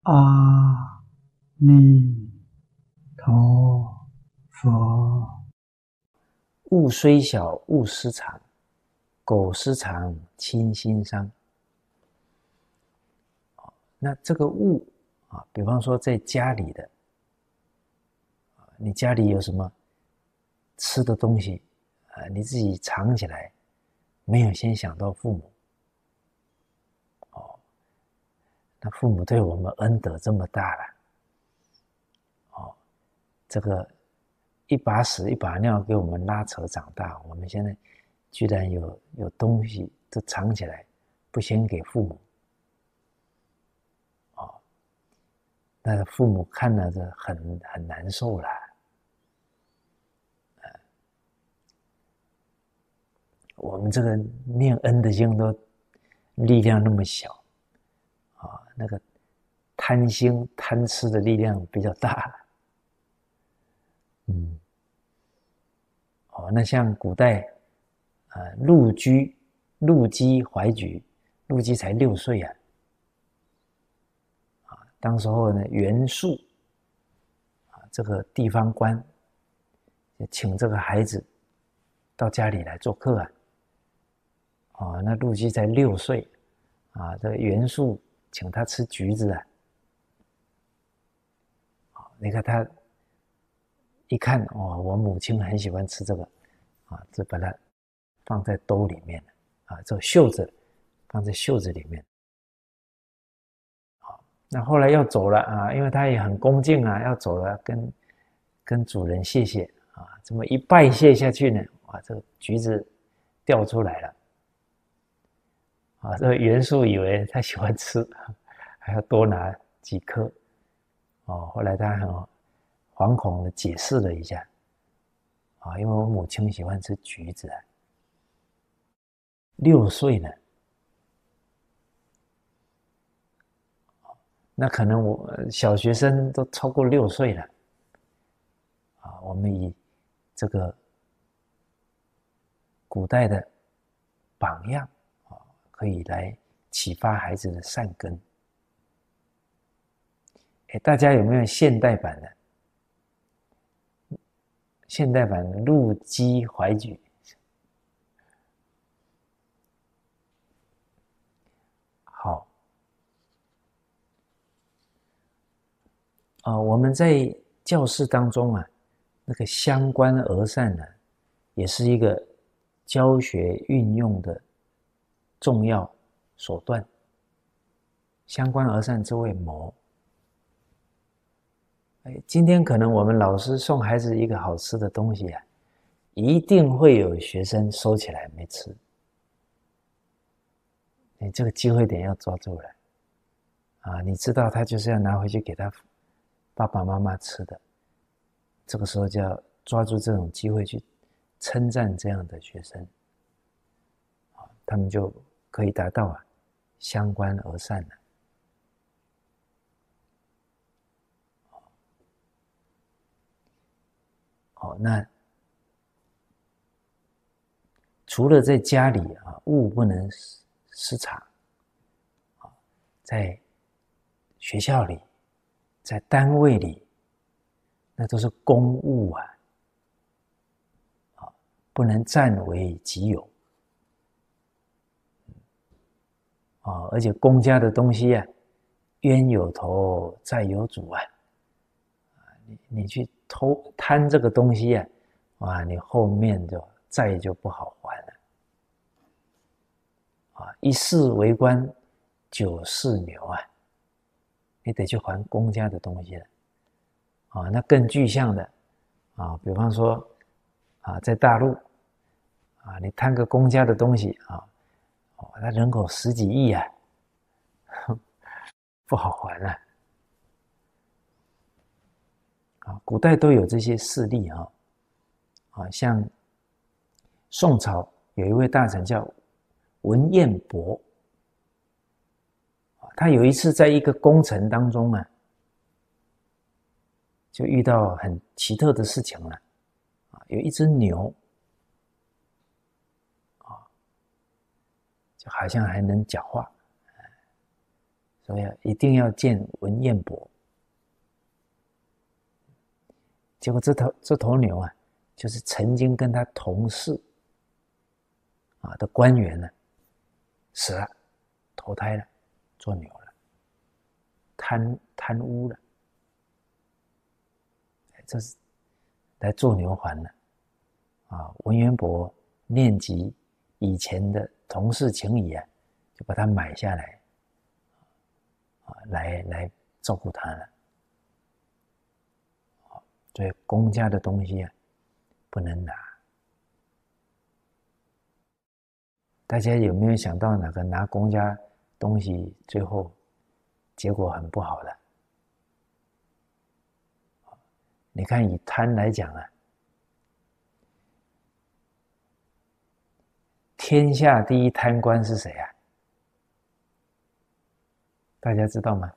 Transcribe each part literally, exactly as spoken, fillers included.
阿弥陀佛。 物虽小，勿私藏；苟私藏，亲心伤。那这个物啊，比方说在家里的，你家里有什么吃的东西啊，你自己藏起来，没有先想到父母。哦，那父母对我们恩德这么大了，哦，这个一把屎一把尿给我们拉扯长大，我们现在居然有有东西都藏起来，不先给父母，哦，那父母看了这很很难受啦。呃，我们这个念恩的经都力量那么小，啊、哦，那个贪心贪吃的力量比较大。嗯，哦，那像古代，呃，陆居、陆机、怀举，陆机才六岁啊，啊，当时候呢，袁术，啊，这个地方官，就请这个孩子到家里来做客啊，哦，那陆机才六岁，啊，这个袁术请他吃橘子啊，啊，你看他一看，哦，我母亲很喜欢吃这个，啊，就把它放在兜里面了，啊，这个袖子放在袖子里面。那后来要走了啊，因为他也很恭敬啊，要走了，跟跟主人谢谢啊，这么一拜谢下去呢，哇，这个橘子掉出来了，啊，这个袁术以为他喜欢吃，还要多拿几颗，哦，后来他很惶恐的解释了一下，啊，因为我母亲喜欢吃橘子啊，六岁呢。那可能我小学生都超过六岁了，啊，我们以这个古代的榜样啊，可以来启发孩子的善根。哎，大家有没有现代版的？现代版的陆机怀举。好，啊，我们在教室当中啊，那个相关而善呢，也是一个教学运用的重要手段。相关而善之谓谋。哎，今天可能我们老师送孩子一个好吃的东西啊，一定会有学生收起来没吃。你这个机会点要抓住了啊！你知道他就是要拿回去给他爸爸妈妈吃的，这个时候就要抓住这种机会去称赞这样的学生，啊，他们就可以达到啊相关而善了。好，那除了在家里啊，物不能私藏，啊，在学校里，在单位里，那都是公物啊，啊，不能占为己有，啊，而且公家的东西啊，冤有头，债有主啊，你你去偷贪这个东西啊，哇，你后面就债就不好还了。啊，一世为官，九世牛啊，你得去还公家的东西了。啊，那更具象的啊，比方说啊，在大陆啊，你贪个公家的东西啊，哦，那人口十几亿啊，不好还了。啊，古代都有这些事例啊，啊，像宋朝有一位大臣叫文彦博，他有一次在一个工程当中啊，就遇到很奇特的事情了，啊，有一只牛，啊，就好像还能讲话， 所以一定要见文彦博。结果这头这头牛啊，就是曾经跟他同事啊的官员呢，死了，投胎了，做牛了，贪贪污了，这是来做牛还了啊！文彦博念及以前的同事情谊啊，就把他买下来啊，来来照顾他了。所以公家的东西啊，不能拿。大家有没有想到哪个拿公家东西最后结果很不好的？你看以贪来讲啊，天下第一贪官是谁啊？大家知道吗？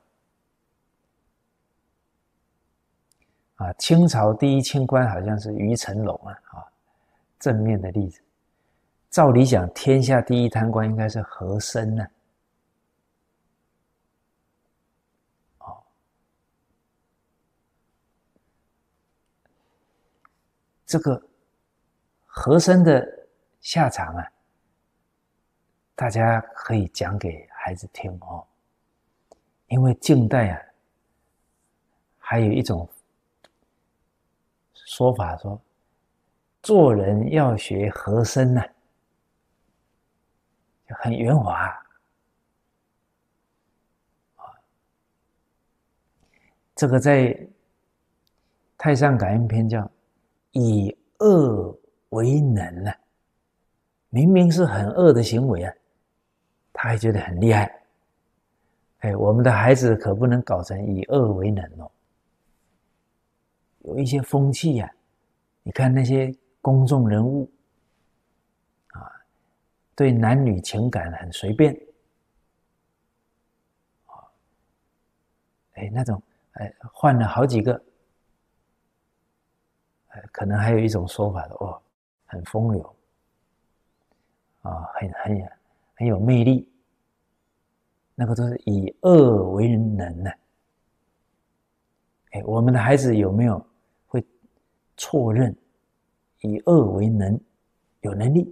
啊，清朝第一清官好像是于成龙啊，啊，正面的例子。照理讲，天下第一贪官应该是和珅呢、啊。哦，这个和珅的下场啊，大家可以讲给孩子听哦。因为近代啊，还有一种说法说，做人要学和珅呐、啊，很圆滑啊。这个在《太上感应篇》叫以恶为能啊，明明是很恶的行为啊，他还觉得很厉害。哎，我们的孩子可不能搞成以恶为能哦。有一些风气呀、啊，你看那些公众人物啊，对男女情感很随便啊，哎，那种哎换了好几个，哎，可能还有一种说法的哦，很风流啊，很很很有魅力，那个都是以恶为能呢、啊。哎，我们的孩子有没有会错认以恶为能，有能力？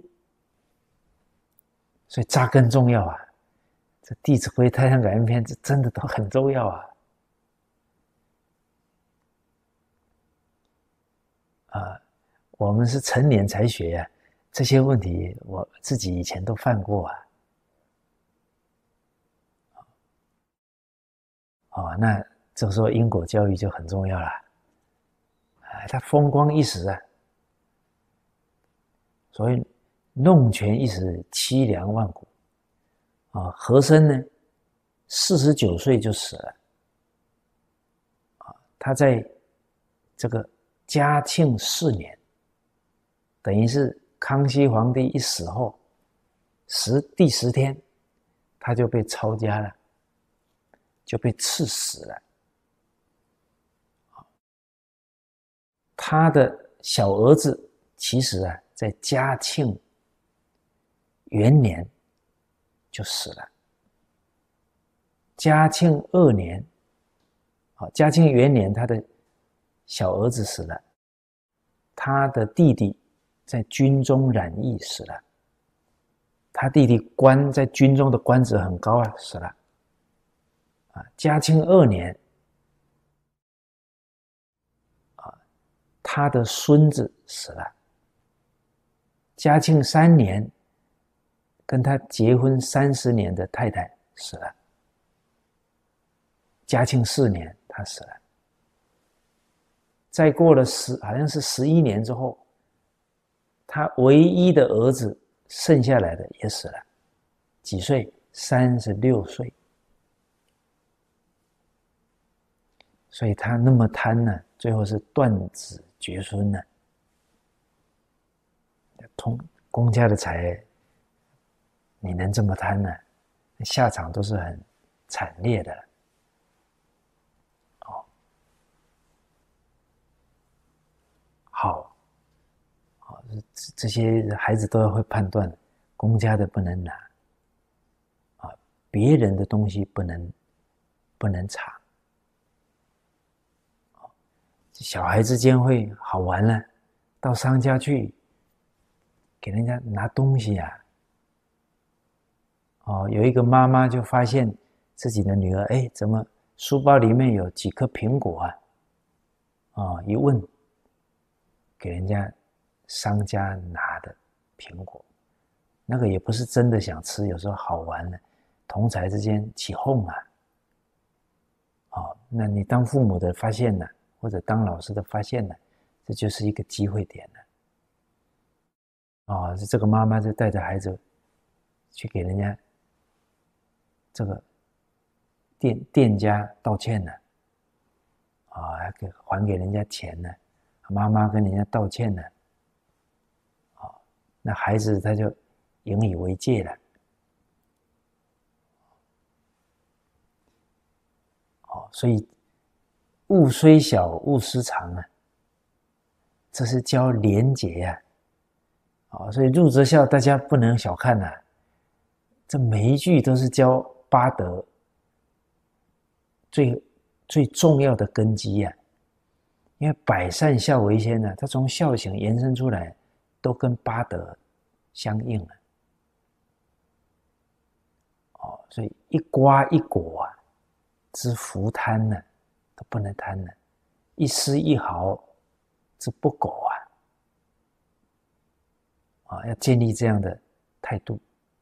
所以扎根重要啊！这《弟子规》《太上感应篇》这真的都很重要啊！啊，我们是成年才学啊，这些问题我自己以前都犯过啊。哦，那这个时候因果教育就很重要了。啊，他风光一时啊，所以弄权一时，凄凉万古。啊，和珅呢，四十九岁就死了。啊，他在这个嘉庆四年，等于是康熙皇帝一死后，十第十天，他就被抄家了，就被赐死了。他的小儿子其实啊，在嘉庆元年就死了。嘉庆二年，啊，嘉庆元年，他的小儿子死了，他的弟弟在军中染疫死了，他弟弟官在军中的官职很高啊，死了。啊，嘉庆二年，啊，他的孙子死了。嘉庆三年，跟他结婚三十年的太太死了。嘉庆四年，他死了。再过了十，好像是十一年之后，他唯一的儿子剩下来的也死了。几岁？三十六岁。所以他那么贪呢，最后是断子绝孙呢。通公家的财，你能这么贪呢？下场都是很惨烈的。哦，好，好，这这些孩子都要会判断，公家的不能拿，啊，别人的东西不能不能藏。小孩之间会好玩了，到商家去给人家拿东西啊。哦，有一个妈妈就发现自己的女儿，哎，怎么书包里面有几颗苹果啊？哦，一问，给人家商家拿的苹果，那个也不是真的想吃，有时候好玩的，同侪之间起哄啊。哦，那你当父母的发现了，或者当老师的发现了，这就是一个机会点了。哦，这个妈妈就带着孩子去给人家这个店店家道歉了，啊、哦，还给还给人家钱呢，妈妈跟人家道歉了，啊、哦，那孩子他就引以为戒了。哦，所以物虽小，勿私藏啊，这是教廉洁啊。哦，所以入则孝大家不能小看啊，这每一句都是教八德最最重要的根基啊。因为百善孝为先呢、啊，它从孝行延伸出来，都跟八德相应了。哦，所以一瓜一果啊，之福贪呢、啊，都不能贪了；一丝一毫之不苟啊，啊，要建立这样的态度。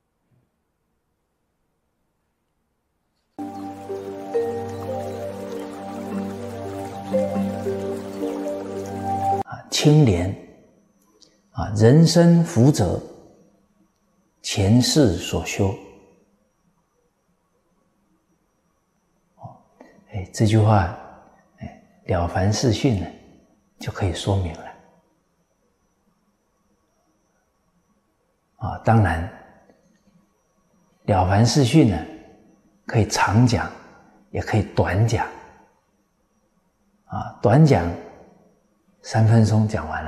清廉啊，人生福泽，前世所修。哦，哎，这句话，哎，《了凡四训》呢，就可以说明了。啊，当然，《了凡四训》呢，可以长讲，也可以短讲。啊，短讲三分钟讲完了，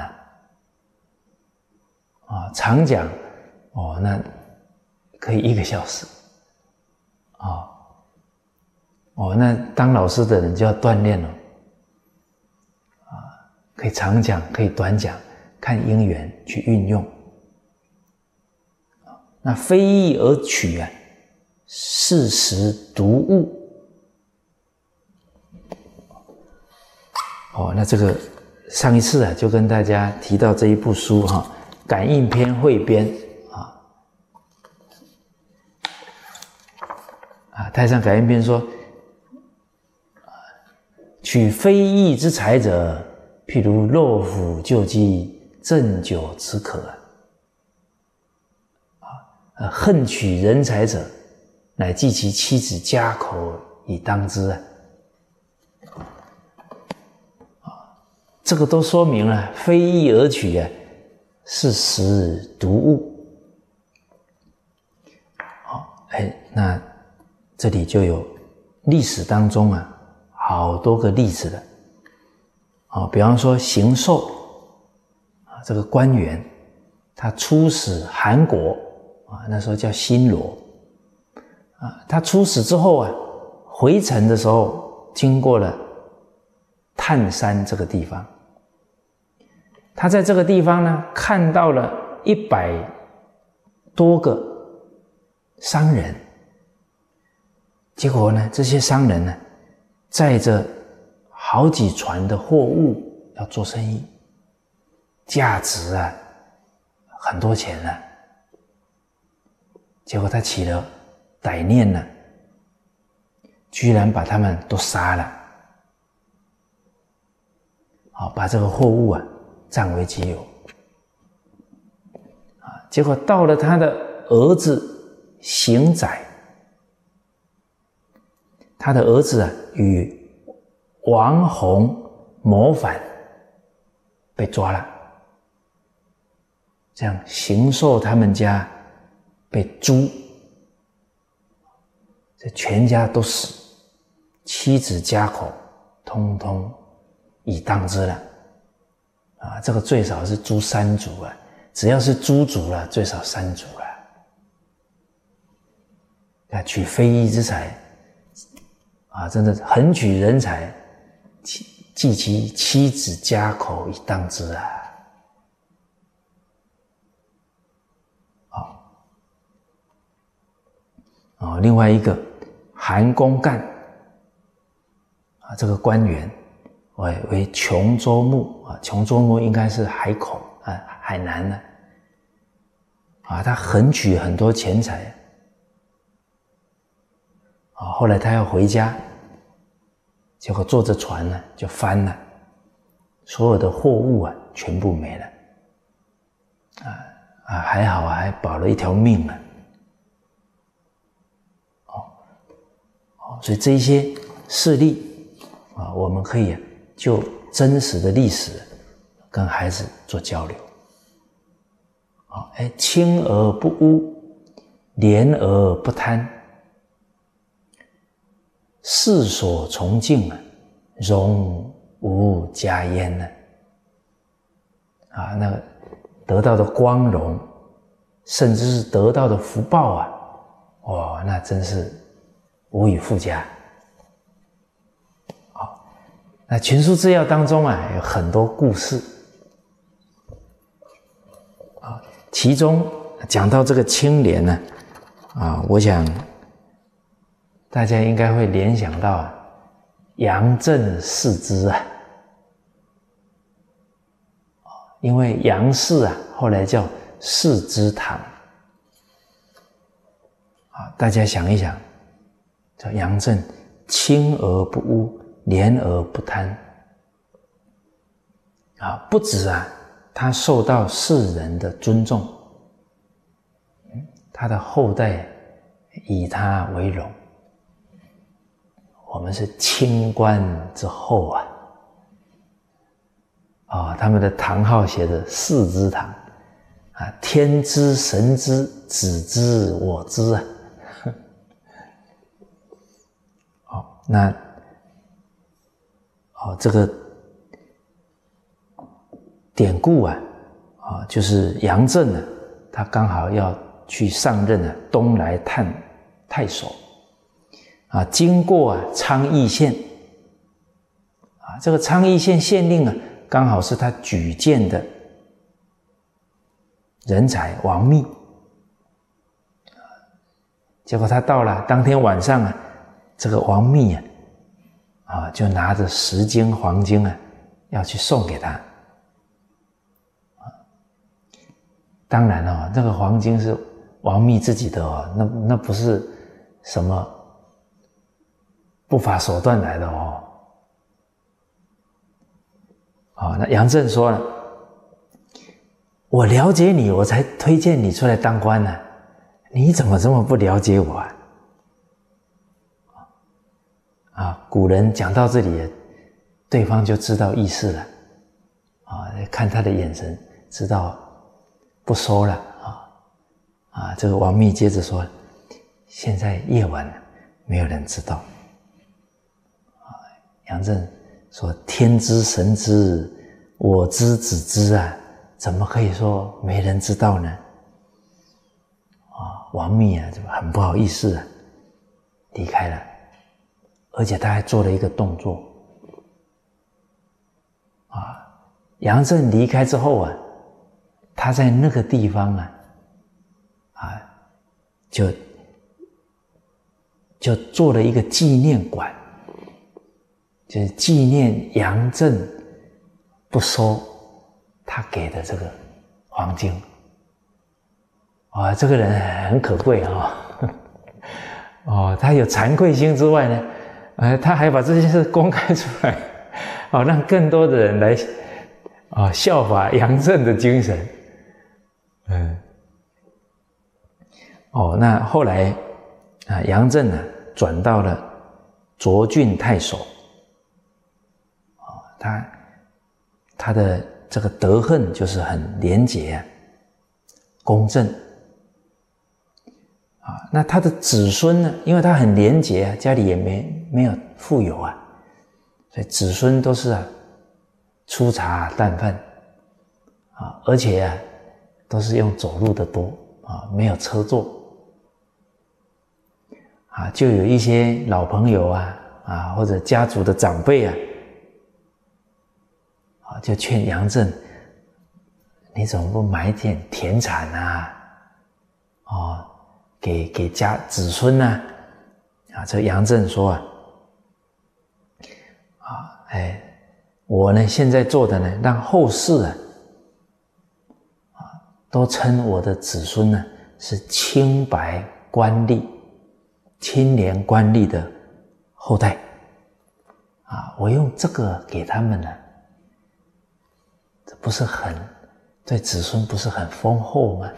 啊，长讲哦，那可以一个小时，啊，哦，那当老师的人就要锻炼了，啊，可以长讲，可以短讲，看因缘去运用。那非义而取啊，适时读物。哦，那这个上一次啊，就跟大家提到这一部书哈，《感应篇汇编》啊，啊，太上感应篇说，取非义之财者，譬如肉腐旧鸡，鸩酒止渴啊，啊，恨取人财者，乃计其妻子家口以当之啊。这个都说明了，非义而取啊，是时读物。好，哎，那这里就有历史当中啊，好多个例子了。啊，比方说邢寿啊，这个官员，他出使韩国啊，那时候叫新罗啊，他出使之后啊，回程的时候经过了泰山这个地方。他在这个地方呢，看到了一百多个商人。结果呢，这些商人呢，载着好几船的货物要做生意，价值啊很多钱了。结果他起了歹念了，居然把他们都杀了，好，把这个货物啊占为己有。啊，结果到了他的儿子邢载，他的儿子啊与王弘谋反，被抓了。这样邢寿他们家被诛，这全家都死，妻子家口通通已当之了。啊，这个最少是诛三族啊，只要是诛族了，最少三族了。啊，取非义之财， 啊，真的横取人才，计其妻子家口以当之啊！啊啊，另外一个韩公干啊，这个官员为为琼州牧啊，琼州牧应该是海口啊，海南呢啊，他横取很多钱财啊，后来他要回家。结果坐着船呢，就翻了，所有的货物啊，全部没了，啊啊，还好还保了一条命啊，哦哦，所以这一些事例啊，我们可以就真实的历史跟孩子做交流，啊，哎，亲而不污，廉而不贪。世所崇敬啊，荣无加焉呢。啊，那个得到的光荣，甚至是得到的福报啊，哦，那真是无以复加。好，那群书治要当中啊，有很多故事啊，其中讲到这个清廉呢，啊，我想。大家应该会联想到杨震世之啊，因为杨氏啊，后来叫世之堂啊。大家想一想，这杨震清而不污，廉而不贪啊，不止啊，他受到世人的尊重，他的后代以他为荣。我们是清官之后啊，啊、哦，他们的堂号写的世之堂啊，天知神知子知我知啊。好、哦，那哦，这个典故啊，啊、哦，就是杨震呢，他刚好要去上任啊东莱探太守。啊，经过啊昌邑县，啊，这个昌邑县县令啊，刚好是他举荐的人才王密。结果他到了当天晚上啊，这个王密啊，啊，就拿着十斤黄金啊，要去送给他。啊，当然哦，这个黄金是王密自己的哦，那那不是什么不法手段来的哦。好，那杨震说了，我了解你，我才推荐你出来当官呢、啊，你怎么这么不了解我啊？啊，古人讲到这里，对方就知道意思了，啊，看他的眼神，知道不说了啊。啊，这个王密接着说，现在夜晚了，没有人知道。杨震说：“天知神知，我知子知啊，怎么可以说没人知道呢？”啊，王密啊，就很不好意思啊，离开了，而且他还做了一个动作。啊，杨震离开之后啊，他在那个地方啊，啊，就就做了一个纪念馆。就是纪念杨震不收他给的这个黄金啊，这个人很可贵啊、哦！哦，他有惭愧心之外呢，呃，他还把这件事公开出来，哦，让更多的人来啊、哦、效法杨震的精神。嗯，哦，那后来啊，杨震呢转到了涿郡太守。他他的这个德行就是很廉洁啊，公正啊。那他的子孙呢，因为他很廉洁啊，家里也没没有富有啊，所以子孙都是啊粗茶淡饭啊，而且啊都是用走路的多啊，没有车坐啊。就有一些老朋友啊啊，或者家族的长辈啊，啊，就劝杨震，你怎么不买点田产啊？哦，给给家子孙呢？啊，这杨震说啊，啊，哎，我呢现在做的呢，让后世啊，啊，都称我的子孙呢是清白官吏、清廉官吏的后代。啊，我用这个给他们呢，这不是很对子孙不是很丰厚吗？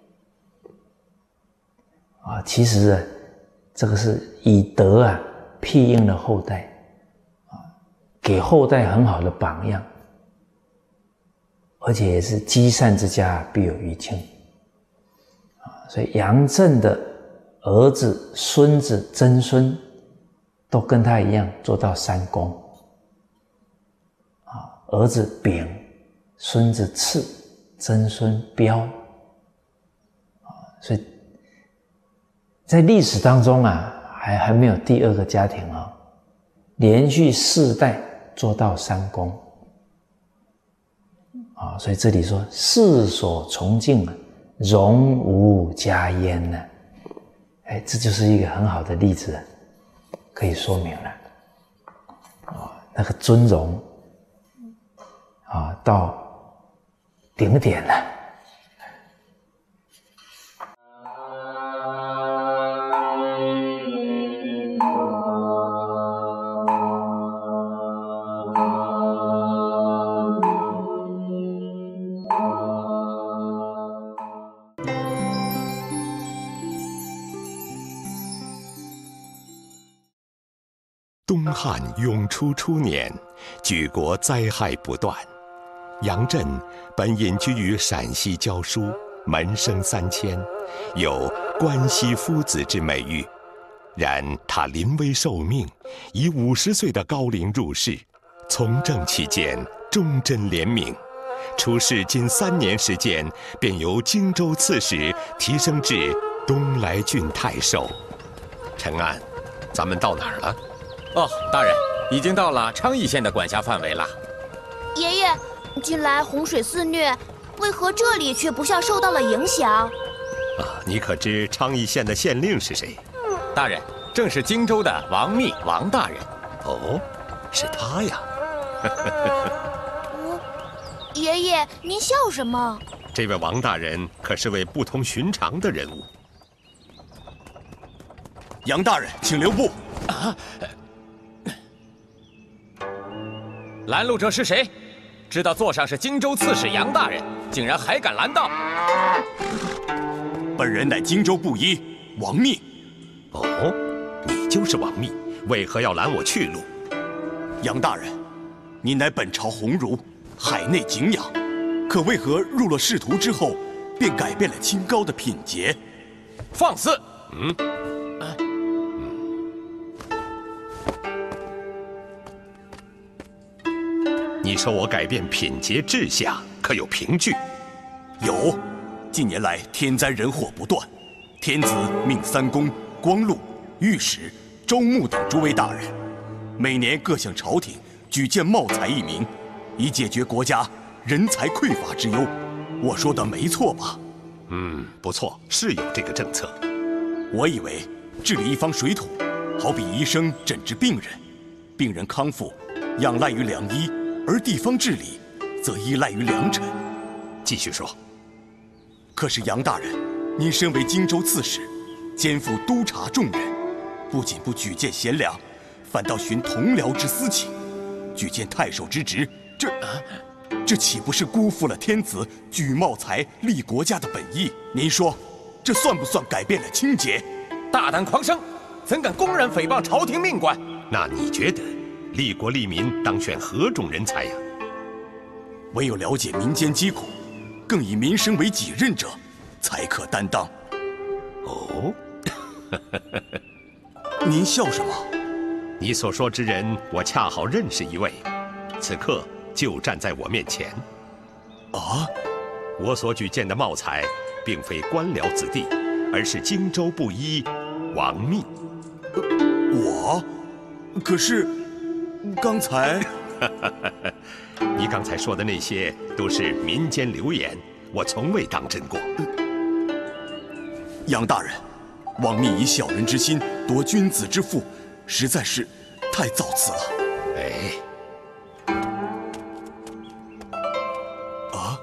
啊，其实啊，这个是以德啊庇荫了后代，啊，给后代很好的榜样，而且也是积善之家必有余庆。啊，所以杨震的儿子、孙子、曾孙。都跟他一样做到三公，啊，儿子丙，孙子次，曾孙彪，啊，所以在历史当中啊，还还没有第二个家庭啊，连续四代做到三公，啊，所以这里说世所崇敬啊，荣无加焉呢，哎，这就是一个很好的例子。可以说明了，啊，那个尊荣，啊，到顶点了。 东汉永初初年，举国灾害不断。杨震本隐居于陕西教书，门生三千，有关西夫子之美誉。然他临危受命，以五十岁的高龄入仕，从政期间忠贞廉明，出仕仅三年时间，便由荆州刺史提升至东莱郡太守。陈安，咱们到哪儿了？ 哦，大人，已经到了昌邑县的管辖范围了。 爷爷，近来洪水肆虐，为何这里却不像受到了影响？ 啊，你可知昌邑县的县令是谁？ 大人，正是荆州的王密王大人。 哦，是他呀。 我，爷爷，您笑什么？ 这位王大人可是位不同寻常的人物。 杨大人，请留步。 啊！拦路者是谁？知道座上是荆州刺史杨大人，竟然还敢拦道！ 本人乃荆州布衣王密。 哦，你就是王密，为何要拦我去路？ 杨大人，您乃本朝鸿儒，海内景仰，可为何入了仕途之后，便改变了清高的品节？ 放肆！ 嗯。你说我改变品节志向，可有凭据？ 有。近年来天灾人祸不断，天子命三公、光禄、御史、周牧等诸位大人，每年各向朝廷举荐茂才一名，以解决国家人才匮乏之忧。我说的没错吧？ 嗯，不错，是有这个政策。 我以为治理一方水土，好比医生诊治病人，病人康复仰赖于良医，而地方治理则依赖于良臣。 继续说。 可是杨大人，您身为荆州刺史，肩负督察重任，不仅不举荐贤良，反倒寻同僚之私情，举荐太守之职，这这岂不是辜负了天子举茂才立国家的本意？您说，这算不算改变了清节？ 大胆狂生，怎敢公然诽谤朝廷命官？ 那你觉得利国利民当选何种人才呀？ 唯有了解民间疾苦，更以民生为己任者，才可担当。 哦， 您笑什么？ 你所说之人，我恰好认识一位，此刻就站在我面前。 啊！ 我所举荐的茂才，并非官僚子弟，而是荆州布衣王密。 我， 可是，刚才， 你刚才说的那些都是民间流言，我从未当真过。 杨大人，枉密以小人之心夺君子之腹，实在是太造次了。 哎， 啊！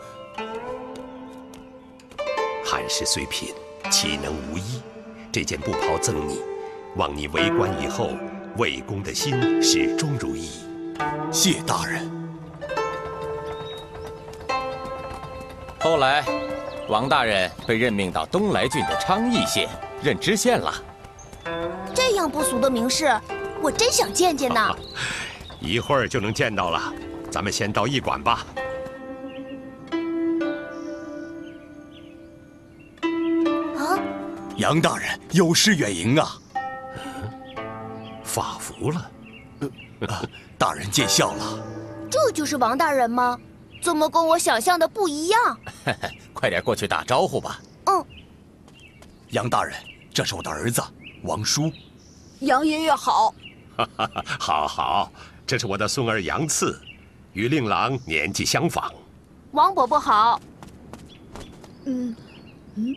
汉室虽贫，岂能无衣？这件布袍赠你，望你为官以后，为公的心始终如一。 谢大人。 后来，王大人被任命到东来郡的昌邑县任知县了。 这样不俗的名士，我真想见见呢。 一会儿就能见到了，咱们先到驿馆吧。 啊！ 杨大人有失远迎啊！ 发福了。 啊，大人见笑了。 这就是王大人吗？怎么跟我想象的不一样？ 快点过去打招呼吧。 嗯。 杨大人，这是我的儿子王叔。 杨爷爷好。 好好，这是我的孙儿杨次，与令郎年纪相仿。 王伯伯好。 嗯嗯。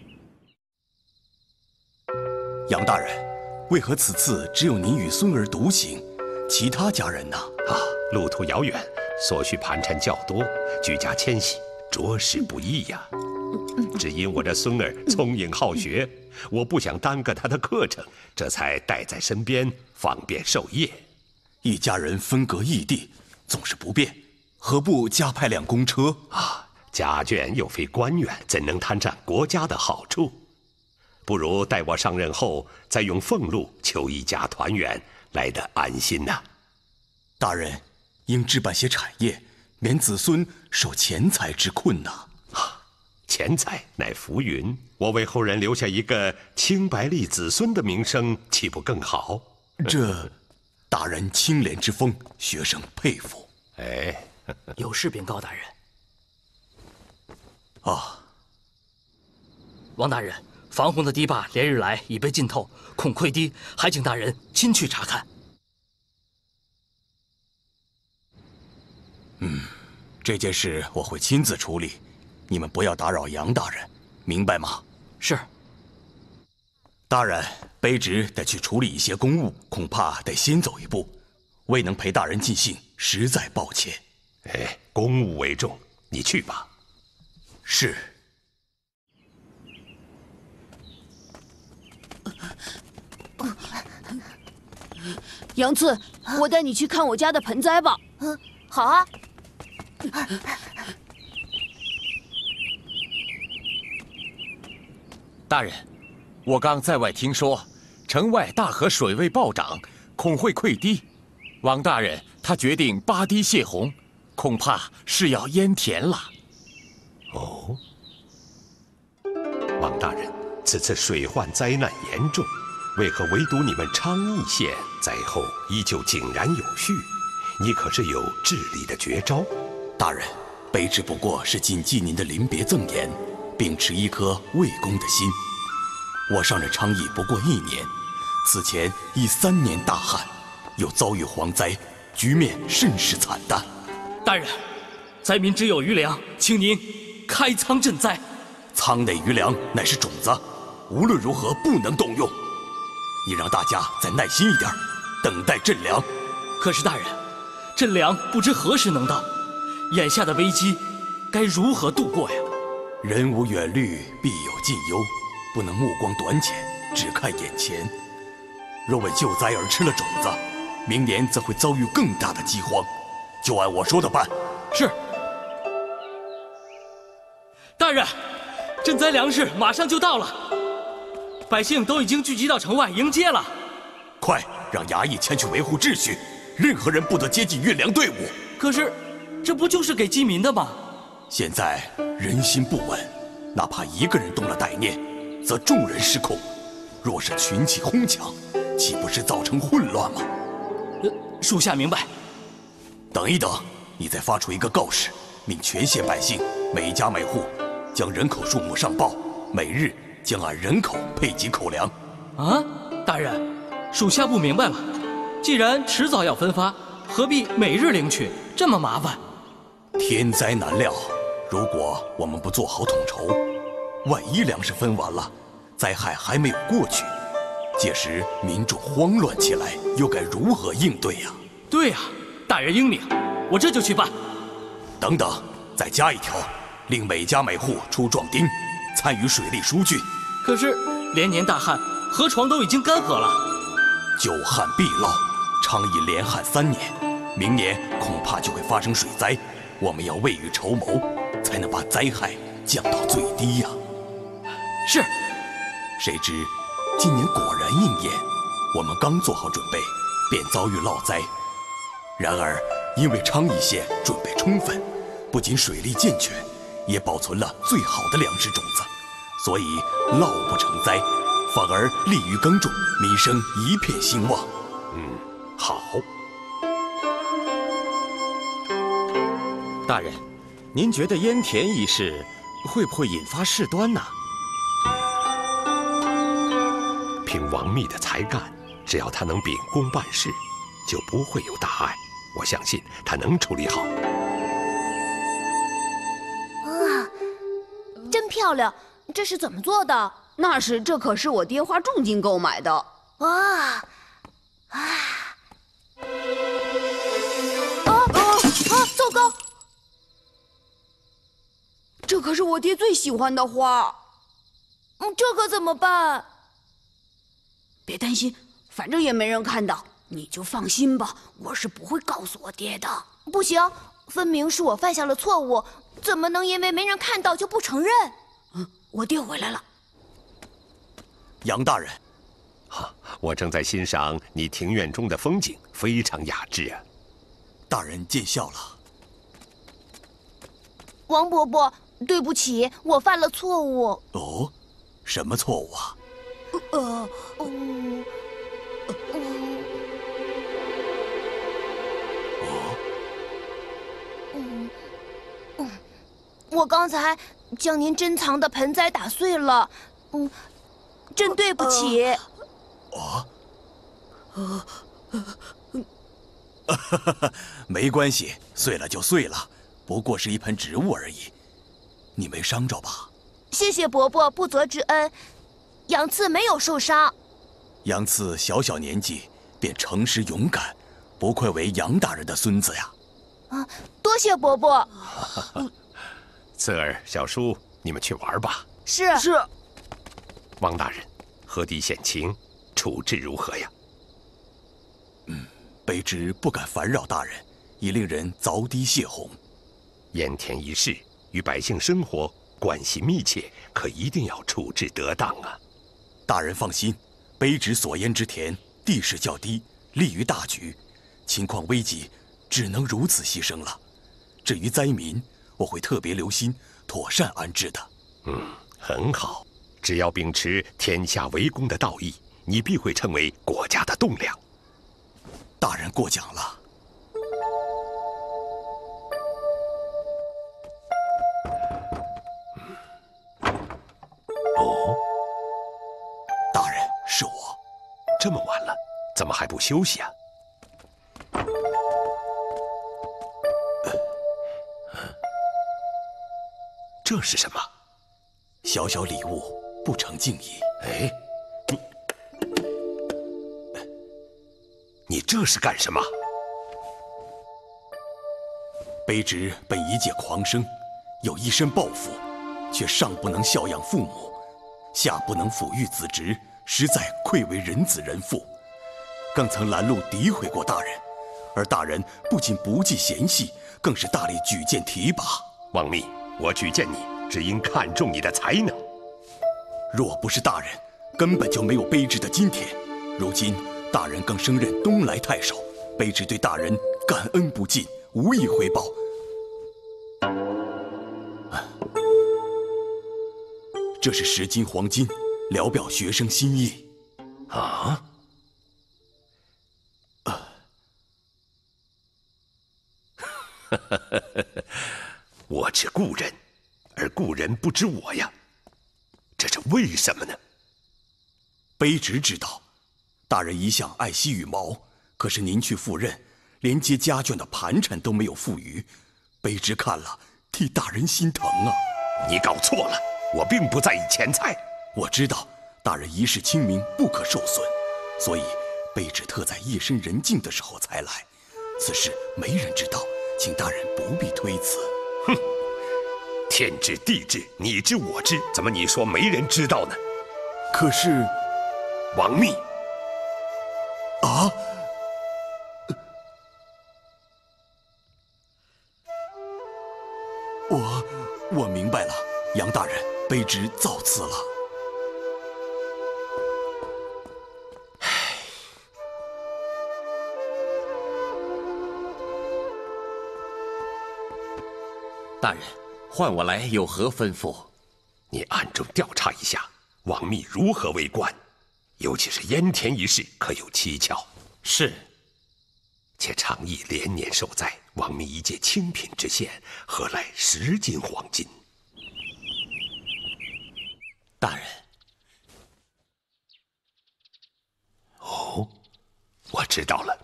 杨大人，为何此次只有您与孙儿独行？其他家人呢？ 啊，路途遥远，所需盘缠较多，举家迁徙，着实不易呀。只因我这孙儿聪颖好学，我不想耽搁他的课程，这才带在身边，方便授业。 一家人分隔异地，总是不便，何不加派辆公车啊？家眷又非官员，怎能贪占国家的好处？不如待我上任后，再用俸禄求一家团圆，来得安心呐。 大人应置办些产业，免子孙受钱财之困呐。 啊，钱财乃浮云，我为后人留下一个清白立子孙的名声，岂不更好？ 这，大人清廉之风，学生佩服。 哎， 有事禀告大人。 啊， 王大人，防洪的堤坝连日来已被浸透，恐溃堤，还请大人亲去查看。 嗯，这件事我会亲自处理，你们不要打扰杨大人，明白吗？ 是。 大人，卑职得去处理一些公务，恐怕得先走一步，未能陪大人尽兴，实在抱歉。 哎，公务为重，你去吧。 是。 杨次，我带你去看我家的盆栽吧。 嗯，好啊。 大人，我刚在外听说，城外大河水位暴涨，恐会溃堤。王大人他决定扒堤泄洪，恐怕是要淹田了。 哦，王大人，此次水患灾难严重，为何唯独你们昌邑县灾后依旧井然有序？你可是有治理的绝招？ 大人，卑职不过是谨记您的临别赠言，秉持一颗为公的心。我上任昌邑不过一年，此前已三年大旱，又遭遇蝗灾，局面甚是惨淡。 大人，灾民只有余粮，请您开仓赈灾。 仓内余粮乃是种子，无论如何不能动用。你让大家再耐心一点，等待赈粮。 可是大人，赈粮不知何时能到，眼下的危机该如何度过呀？ 人无远虑，必有近忧，不能目光短浅，只看眼前。若为救灾而吃了种子，明年则会遭遇更大的饥荒。就按我说的办。 是。大人，赈灾粮食马上就到了，百姓都已经聚集到城外迎接了。 快让衙役前去维护秩序，任何人不得接近运粮队伍。 可是，这不就是给饥民的吗？ 现在人心不稳，哪怕一个人动了歹念，则众人失控。若是群起哄抢，岂不是造成混乱吗？ 呃，属下明白。 等一等，你再发出一个告示，命全县百姓每家每户将人口数目上报，每日将按人口配给口粮。 啊，大人，属下不明白了。 既然迟早要分发，何必每日领取，这么麻烦？ 天灾难料，如果我们不做好统筹，万一粮食分完了，灾害还没有过去，届时民众慌乱起来，又该如何应对呀？ 对呀，大人英明，我这就去办。 等等，再加一条，令每家每户出壮丁，参与水利疏浚。 可是连年大旱，河床都已经干涸了。 久旱必涝，常以连旱三年，明年恐怕就会发生水灾。我们要未雨绸缪，才能把灾害降到最低呀。 是。 谁知今年果然应验，我们刚做好准备，便遭遇涝灾。然而因为昌邑县准备充分，不仅水利健全，也保存了最好的粮食种子，所以涝不成灾，反而利于耕种，民生一片兴旺。 嗯，好。 大人，您觉得淹田一事会不会引发事端呢？ 凭王密的才干，只要他能秉公办事，就不会有大碍。我相信他能处理好。 啊，真漂亮！这是怎么做的？ 那是，这可是我爹花重金购买的。 哇！啊！啊啊啊！糟糕！ 这可是我爹最喜欢的花。 嗯，这可怎么办？ 别担心，反正也没人看到，你就放心吧，我是不会告诉我爹的。 不行，分明是我犯下了错误，怎么能因为没人看到就不承认？ 嗯，我爹回来了。 杨大人， 啊，我正在欣赏你庭院中的风景，非常雅致啊。 大人见笑了。 王伯伯，对不起，我犯了错误。 哦，什么错误啊？ 呃，嗯，嗯， 哦， 嗯，嗯，我刚才将您珍藏的盆栽打碎了，嗯，真对不起。 哦，呃，没关系，碎了就碎了，不过是一盆植物而已，你没伤着吧？ 谢谢伯伯不责之恩。杨次没有受伤。 杨次小小年纪便诚实勇敢，不愧为杨大人的孙子呀！ 啊，多谢伯伯。 次儿、小叔，你们去玩吧。 是是。 王大人，河堤险情，处置如何呀？ 嗯，卑职不敢烦扰大人，已令人凿堤泄洪。 淹田一事与百姓生活关系密切，可一定要处置得当啊！ 大人放心，卑职所淹之田地势较低，利于大局，情况危急，只能如此牺牲了。至于灾民，我会特别留心，妥善安置的。 嗯，很好。只要秉持天下为公的道义，你必会成为国家的栋梁。 大人过奖了。 哦， 大人，是我。 这么晚了，怎么还不休息啊？这是什么？ 小小礼物，不成敬意。 哎，你你这是干什么？ 卑职本一介狂生，有一身抱负，却上不能孝养父母，下不能抚育子侄，实在愧为人子人父。更曾拦路诋毁过大人，而大人不仅不计嫌隙，更是大力举荐提拔。 王密，我举荐你，只因看中你的才能。 若不是大人，根本就没有卑职的今天。如今大人更升任东莱太守，卑职对大人感恩不尽，无以回报。这是十斤黄金，聊表学生心意。 啊？我知故人，而故人不知我呀，这是为什么呢？ 卑职知道，大人一向爱惜羽毛， 可是您去赴任，连接家眷的盘缠都没有富余，卑职看了替大人心疼啊！ 你搞错了，我并不在意钱财。 我知道大人一世清明不可受损，所以卑职特在夜深人静的时候才来。此事没人知道，请大人不必推辞。 哼，天知地知，你知我知，怎么你说没人知道呢？ 可是， 王密啊！我我明白了，杨大人，卑职造次了。 大人，唤我来有何吩咐？ 你暗中调查一下王密如何为官，尤其是盐田一事，可有蹊跷？ 是。 且常议连年受灾，王密一介清贫之县，何来十斤黄金？ 大人。 哦，我知道了。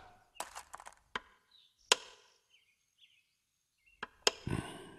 嗯，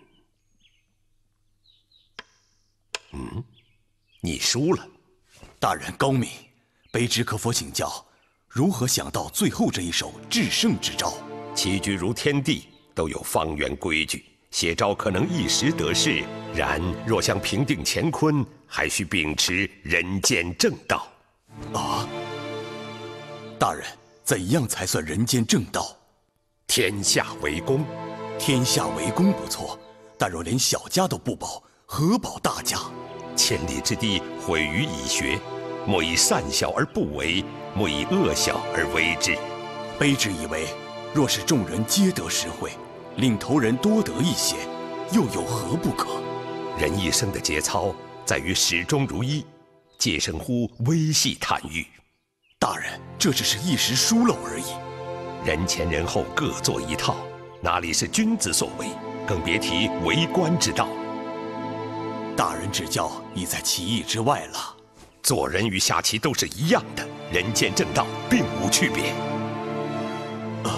嗯，你输了。 大人高明，卑职可否请教？如何想到最后这一手制胜之招？ 棋局如天地，都有方圆规矩。写招可能一时得势，然若想平定乾坤，还需秉持人间正道。 啊！大人，怎样才算人间正道？ 天下为公。 天下为公不错，但若连小家都不保，何保大家？ 千里之堤，毁于蚁穴。莫以善小而不为，莫以恶小而为之。 卑职以为，若是众人皆得实惠，领头人多得一些，又有何不可？ 人一生的节操在于始终如一，皆生乎微细贪欲。 大人，这只是一时疏漏而已。 人前人后各做一套，哪里是君子所为？更别提为官之道。 大人指教已在其意之外了。 做人与下棋都是一样的，人间正道并无区别。 呃，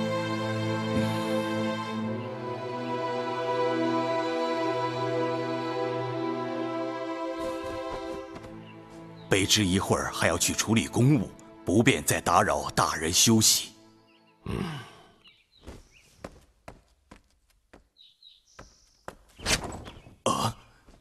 卑职一会儿还要去处理公务，不便再打扰大人休息。 嗯。 啊！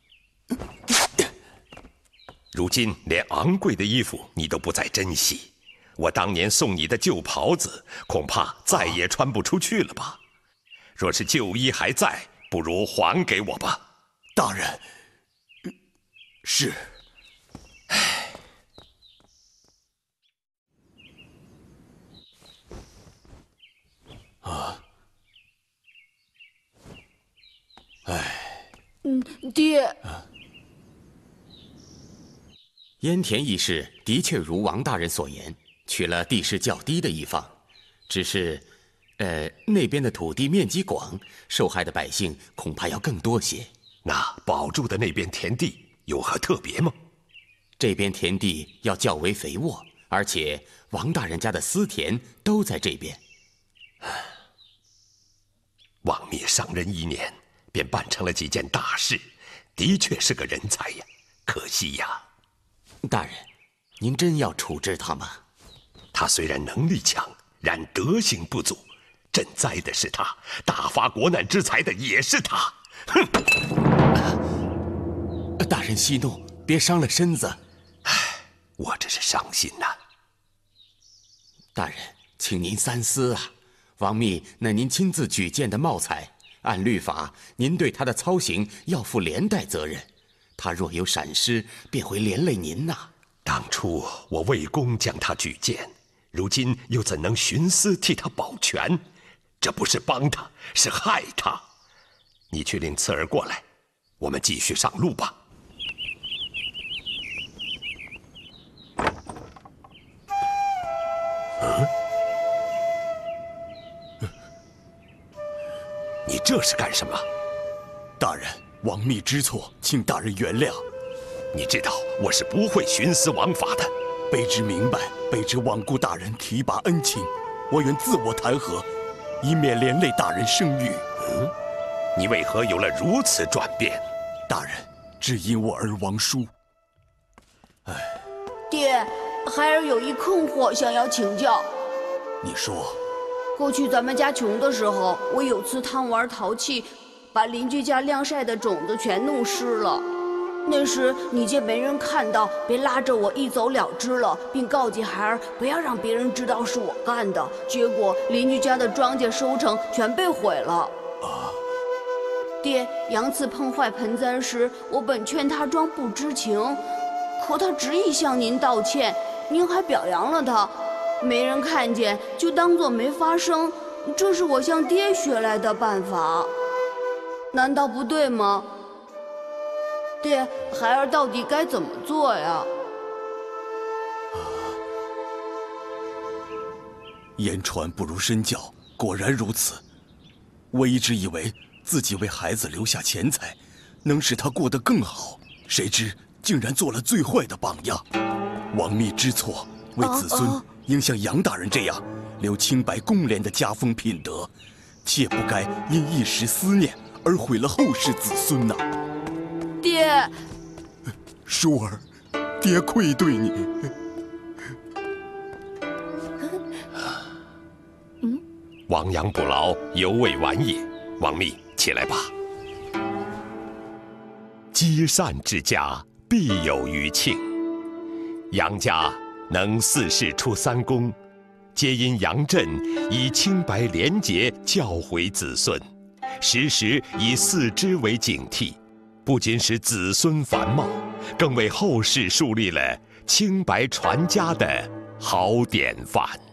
如今连昂贵的衣服你都不再珍惜，我当年送你的旧袍子，恐怕再也穿不出去了吧？若是旧衣还在，不如还给我吧。 大人，是。唉，啊，唉， 嗯，爹。 啊盐田一事的确如王大人所言，取了地势较低的一方，只是，呃，那边的土地面积广，受害的百姓恐怕要更多些。 那保住的那边田地有何特别吗？ 这边田地要较为肥沃，而且王大人家的私田都在这边。 王灭上任一年，便办成了几件大事，的确是个人才呀，可惜呀。 大人，您真要处置他吗？ 他虽然能力强，然德行不足。赈灾的是他，大发国难之财的也是他。哼！ 大人息怒，别伤了身子。 唉，我这是伤心呐。 大人，请您三思啊！王密乃您亲自举荐的茂才，按律法，您对他的操行要负连带责任。他若有闪失，便会连累您呐。 当初我为公将他举荐，如今又怎能徇私替他保全？这不是帮他，是害他。你去令次儿过来，我们继续上路吧。嗯？你这是干什么？ 大人，王密知错，请大人原谅。 你知道我是不会徇私枉法的。 卑职明白，卑职罔顾大人提拔恩情， 我愿自我弹劾，以免连累大人声誉。 嗯，你为何有了如此转变？ 大人，只因我儿亡书。哎， 爹，孩儿有一困惑想要请教。 你说。 过去咱们家穷的时候，我有次贪玩淘气，把邻居家晾晒的种子全弄湿了。那时你见没人看到，别拉着我一走了之了，并告诫孩儿不要让别人知道是我干的。结果邻居家的庄稼收成全被毁了。啊！爹，杨次碰坏盆栽时，我本劝他装不知情，可他执意向您道歉，您还表扬了他。没人看见，就当作没发生，这是我向爹学来的办法，难道不对吗？爹，孩儿到底该怎么做呀？ 言传不如身教，果然如此。我一直以为自己为孩子留下钱财，能使他过得更好，谁知竟然做了最坏的榜样。王密知错，为子孙。哦哦应像杨大人这样，留清白公廉的家风品德，切不该因一时思念而毁了后世子孙呐！ 爹， 淑儿，爹愧对你。 嗯，亡羊补牢，犹未晚也。王密，起来吧。积善之家，必有余庆。杨家能四世出三公，皆因杨震以清白廉洁教诲子孙，时时以四肢为警惕，不仅使子孙繁茂，更为后世树立了清白传家的好典范。